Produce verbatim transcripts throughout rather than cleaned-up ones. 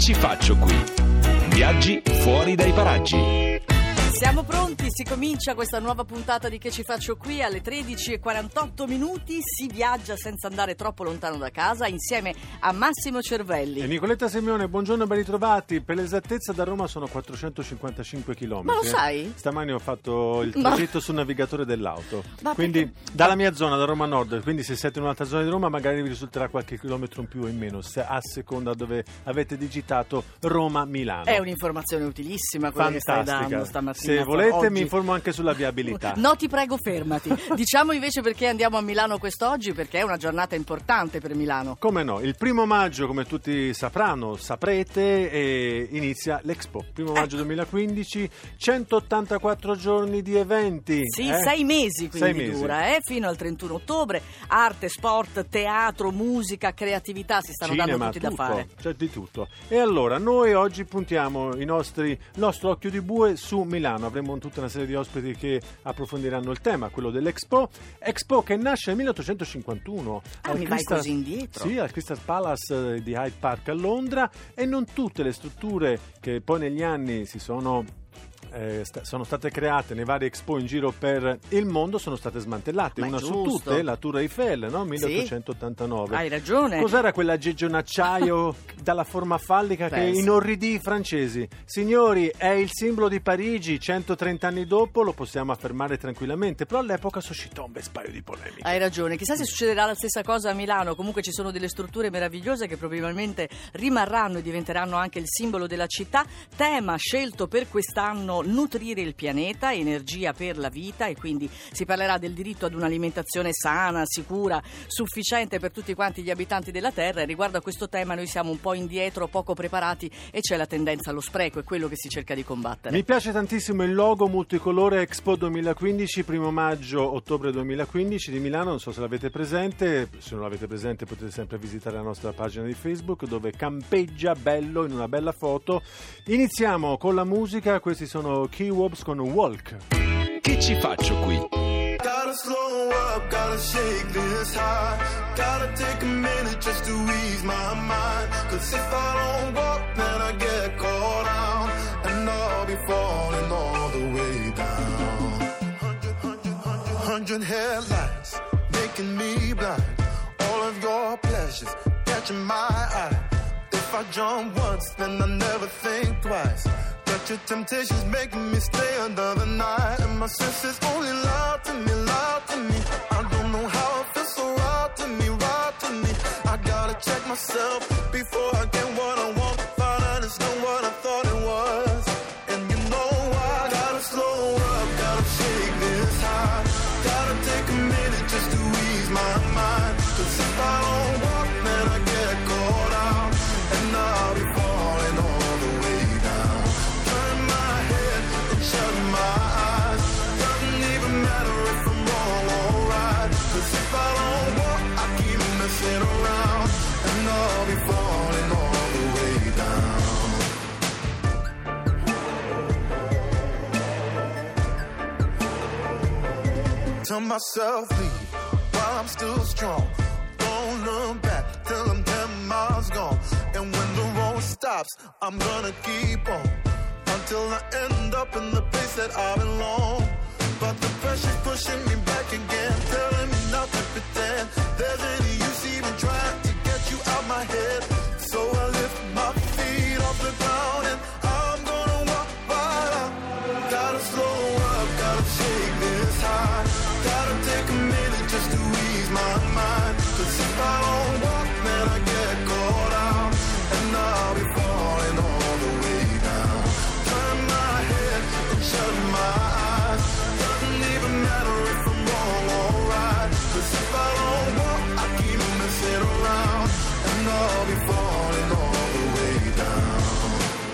ci faccio qui? Viaggi fuori dai paraggi. Siamo pronti, si comincia questa nuova puntata di Che ci faccio qui. Alle tredici e quarantotto minuti si viaggia senza andare troppo lontano da casa insieme a Massimo Cervelli e Nicoletta Simeone. Buongiorno e ben ritrovati. Per l'esattezza da Roma sono quattrocentocinquantacinque chilometri. Ma lo sai? Stamani ho fatto il tragitto Ma... sul navigatore dell'auto. Ma quindi perché... dalla mia zona, da Roma Nord. Quindi se siete in un'altra zona di Roma magari vi risulterà qualche chilometro in più o in meno, se a seconda dove avete digitato Roma-Milano. È un'informazione utilissima quella Fantastica. Che stai dando stamattina. Se volete oggi. mi informo anche sulla viabilità. No, ti prego, fermati. Diciamo invece perché andiamo a Milano quest'oggi, perché è una giornata importante per Milano. Come no? Il primo maggio, come tutti sapranno, saprete, e inizia l'Expo. Primo maggio ecco. duemilaquindici, centottantaquattro giorni di eventi. Sì, eh? sei mesi quindi sei mesi. dura, eh? Fino al trentuno ottobre. Arte, sport, teatro, musica, creatività, si stanno Cinema, dando tutti tutto, da fare. C'è di tutto. E allora, noi oggi puntiamo i nostri, il nostro occhio di bue su Milano. Avremo tutta una serie di ospiti che approfondiranno il tema, quello dell'Expo. Expo che nasce nel milleottocentocinquantuno. Ah, mi vai così indietro? Sì, al Crystal Palace di Hyde Park a Londra, e non tutte le strutture che poi negli anni si sono... Eh, st- sono state create nei vari Expo in giro per il mondo, sono state smantellate. Ma una giusto. su tutte, la Tour Eiffel, no? milleottocentottantanove. Sì, hai ragione. Cos'era quella aggeggio in acciaio dalla forma fallica Beh, che sì. inorridì i francesi? Signori, è il simbolo di Parigi. centotrenta anni dopo lo possiamo affermare tranquillamente, però all'epoca suscitò un bel paio di polemiche. Hai ragione, chissà se succederà la stessa cosa a Milano. Comunque ci sono delle strutture meravigliose che probabilmente rimarranno e diventeranno anche il simbolo della città. Tema scelto per quest'anno: nutrire il pianeta, energia per la vita, e quindi si parlerà del diritto ad un'alimentazione sana, sicura, sufficiente per tutti quanti gli abitanti della Terra. E riguardo a questo tema noi siamo un po' indietro, poco preparati, e c'è la tendenza allo spreco, è quello che si cerca di combattere. Mi piace tantissimo il logo multicolore Expo duemilaquindici, primo maggio ottobre duemilaquindici di Milano. Non so se l'avete presente, se non l'avete presente potete sempre visitare la nostra pagina di Facebook, dove campeggia bello in una bella foto. Iniziamo con la musica, questi sono Key Wobs con Walk. Che ci faccio qui? Gotta slow up, gotta shake this high. Gotta take a minute just to ease my mind. Cause if I don't walk, then I get caught out. And I'll be falling all the way down. Hundred, hundred, hundred, hundred headlights making me blind. All of your pleasures catching my eye. If I jump once, then I never think twice. But your temptation's making me stay another night. And my senses only lie to me, lie to me. I don't know how it feels so right to me, right to me. I gotta check myself before I get what I want. Find out it's not what I thought it was. And you know I gotta slow up, gotta shake this high. Gotta take a minute just to ease my mind. Cause if I don't walk, then I get caught out. And I'll be falling all the way down. Turn my head and shut my eyes. Doesn't even matter if I'm wrong or right. Cause if I don't walk, I keep messing around. And I'll be falling all the way down. Tell myself leave while I'm still strong. Don't look back till I'm ten miles gone. And when the road stops, I'm gonna keep on until I end up in the place that I belong. But the pressure's pushing me back again, telling me not to pretend there's any use even trying to get you out my head. So I lift my feet off the ground and I'm gonna walk right out. Gotta slow up, gotta shake this high. Gotta take a minute just to ease my mind. Cause if I don't walk, then I get caught out. And I'll be falling all the way down. Turn my head and shut my eyes. Doesn't even matter if I'm wrong or right. Cause if I don't walk, I keep messing around. And I'll be falling all the way down.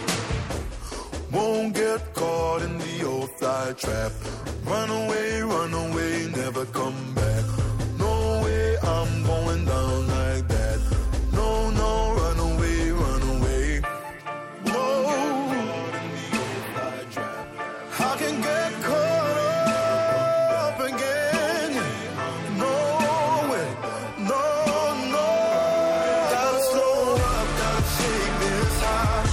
Won't get caught in the old fly trap. Run away, run away, never come back. No way, I'm going down like that. No, no, run away, run away. No, I can get caught up again. No way, no, no. Gotta slow up, gotta shake this high.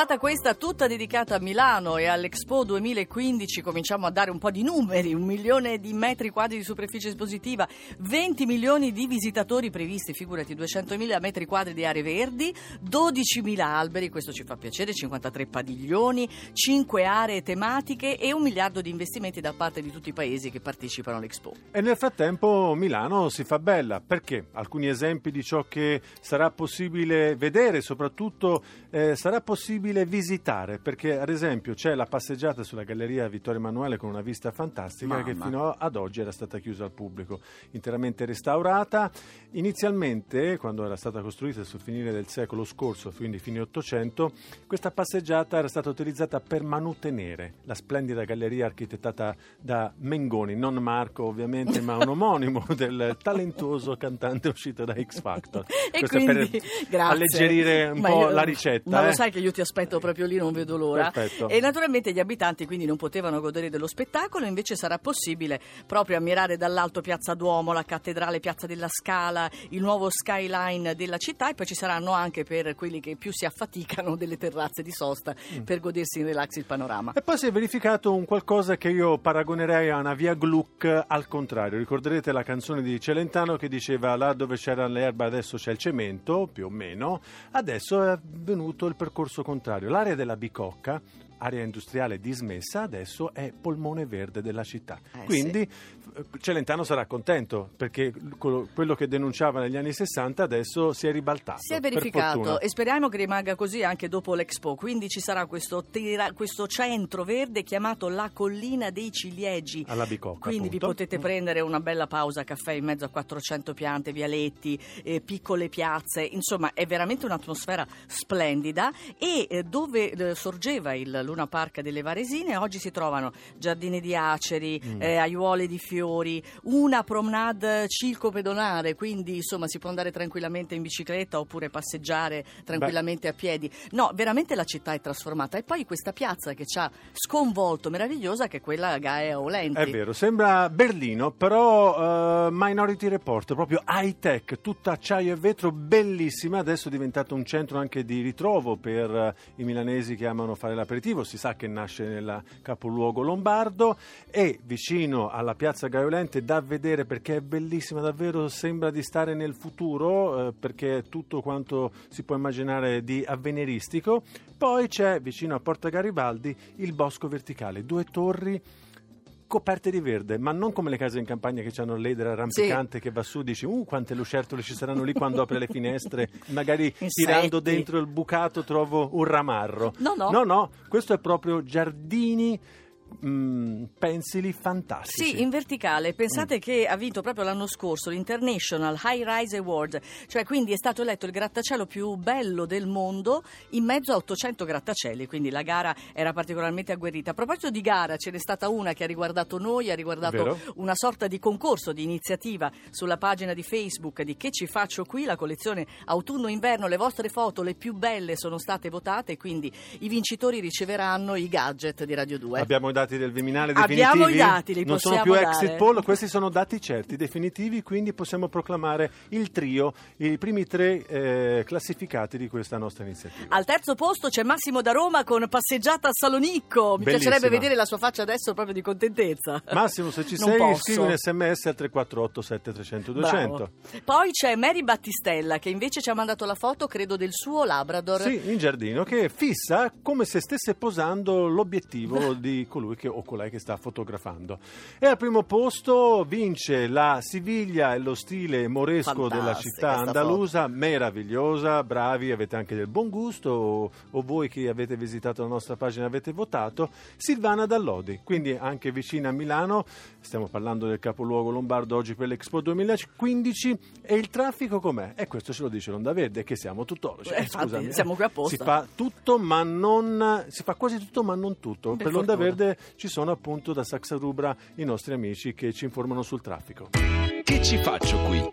Puntata questa tutta dedicata a Milano e all'Expo duemilaquindici. Cominciamo a dare un po' di numeri: un milione di metri quadri di superficie espositiva, venti milioni di visitatori previsti, figurati, duecentomila metri quadri di aree verdi, dodicimila alberi, questo ci fa piacere, cinquantatré padiglioni, cinque aree tematiche e un miliardo di investimenti da parte di tutti i paesi che partecipano all'Expo. E nel frattempo Milano si fa bella, perché alcuni esempi di ciò che sarà possibile vedere, soprattutto eh, sarà possibile visitare, perché ad esempio c'è la passeggiata sulla Galleria Vittorio Emanuele con una vista fantastica. Mamma. Che fino ad oggi era stata chiusa al pubblico, interamente restaurata. Inizialmente, quando era stata costruita sul finire del secolo scorso, quindi fine Ottocento, questa passeggiata era stata utilizzata per manutenere la splendida galleria architettata da Mengoni, non Marco ovviamente, ma un omonimo del talentuoso cantante uscito da X Factor. E questo quindi, per grazie. alleggerire un ma po' io, la ricetta. Ma eh? lo sai che io ti aspetto proprio lì, non vedo l'ora. Perfetto. E naturalmente gli abitanti quindi non potevano godere dello spettacolo, invece sarà possibile proprio ammirare dall'alto Piazza Duomo, la cattedrale Piazza della Scala, il nuovo skyline della città, e poi ci saranno anche per quelli che più si affaticano delle terrazze di sosta mm. per godersi in relax il panorama. E poi si è verificato un qualcosa che io paragonerei a una via Gluck al contrario. Ricorderete la canzone di Celentano che diceva: là dove c'era l'erba adesso c'è il cemento, più o meno. Adesso è venuto il percorso contrario. L'area della Bicocca, area industriale dismessa, adesso è polmone verde della città. Eh, Quindi sì. Celentano sarà contento, perché quello che denunciava negli anni sessanta adesso si è ribaltato. Si è verificato e speriamo che rimanga così anche dopo l'Expo. Quindi ci sarà questo, tera, questo centro verde chiamato la Collina dei Ciliegi. Alla Bicocca, Quindi appunto. vi potete prendere una bella pausa caffè in mezzo a quattrocento piante, vialetti, eh, piccole piazze. Insomma, è veramente un'atmosfera splendida. E eh, dove eh, sorgeva il Luna Park delle Varesine, oggi si trovano giardini di aceri, mm. eh, aiuole di fiori, una promenade ciclopedonale, quindi insomma si può andare tranquillamente in bicicletta oppure passeggiare tranquillamente Beh. a piedi. No, veramente la città è trasformata. E poi questa piazza che ci ha sconvolto, meravigliosa, che è quella Gaea Aulenti. È vero, sembra Berlino, però uh, Minority Report, proprio high tech, tutta acciaio e vetro, bellissima. Adesso è diventato un centro anche di ritrovo per uh, i milanesi che amano fare l'aperitivo. Si sa che nasce nel capoluogo lombardo, e vicino alla piazza Gaia Aulenti, da vedere perché è bellissima davvero, sembra di stare nel futuro, eh, perché è tutto quanto si può immaginare di avveniristico. Poi c'è vicino a Porta Garibaldi il bosco verticale, due torri coperte di verde, ma non come le case in campagna che hanno l'edera rampicante, sì. che va su, dici uh quante lucertole ci saranno lì quando apre le finestre, magari Insetti. Tirando dentro il bucato trovo un ramarro. No, no. No, no, questo è proprio giardini Mm, pensili fantastici. Sì, in verticale. Pensate mm. che ha vinto proprio l'anno scorso l'International High Rise Award, cioè quindi è stato eletto il grattacielo più bello del mondo in mezzo a ottocento grattacieli, quindi la gara era particolarmente agguerrita. A proposito di gara, ce n'è stata una che ha riguardato noi, ha riguardato Vero? una sorta di concorso, di iniziativa sulla pagina di Facebook di Che ci faccio qui, la collezione autunno-inverno. Le vostre foto, le più belle, sono state votate, quindi i vincitori riceveranno i gadget di Radio due. Abbiamo i dati del Viminale definitivi? Abbiamo i dati, li non sono possiamo più dare. exit poll, questi sono dati certi, definitivi, quindi possiamo proclamare il trio, i primi tre eh, classificati di questa nostra iniziativa. Al terzo posto c'è Massimo da Roma con Passeggiata a Salonicco. Mi Bellissima. Piacerebbe vedere la sua faccia adesso proprio di contentezza. Massimo, se ci non sei, posso. scrivi un sms al tre quattro otto sette tre zero zero due zero zero. Poi c'è Mary Battistella che invece ci ha mandato la foto, credo, del suo Labrador. Sì, in giardino, che fissa come se stesse posando l'obiettivo di colui che, o colei che sta fotografando. E al primo posto vince la Siviglia e lo stile moresco Fantastica della città andalusa, foto. Meravigliosa, bravi, avete anche del buon gusto, o, o voi che avete visitato la nostra pagina avete votato. Silvana Dall'Odi, quindi anche vicina a Milano, stiamo parlando del capoluogo lombardo oggi per l'Expo duemilaquindici. E il traffico com'è? E questo ce lo dice l'Onda Verde, che siamo tuttologi. Eh, infatti, siamo qui apposta. Si fa tutto ma non si fa quasi tutto ma non tutto. Per, per l'Onda Verde ci sono appunto da Saxa Rubra i nostri amici che ci informano sul traffico. Che ci faccio qui?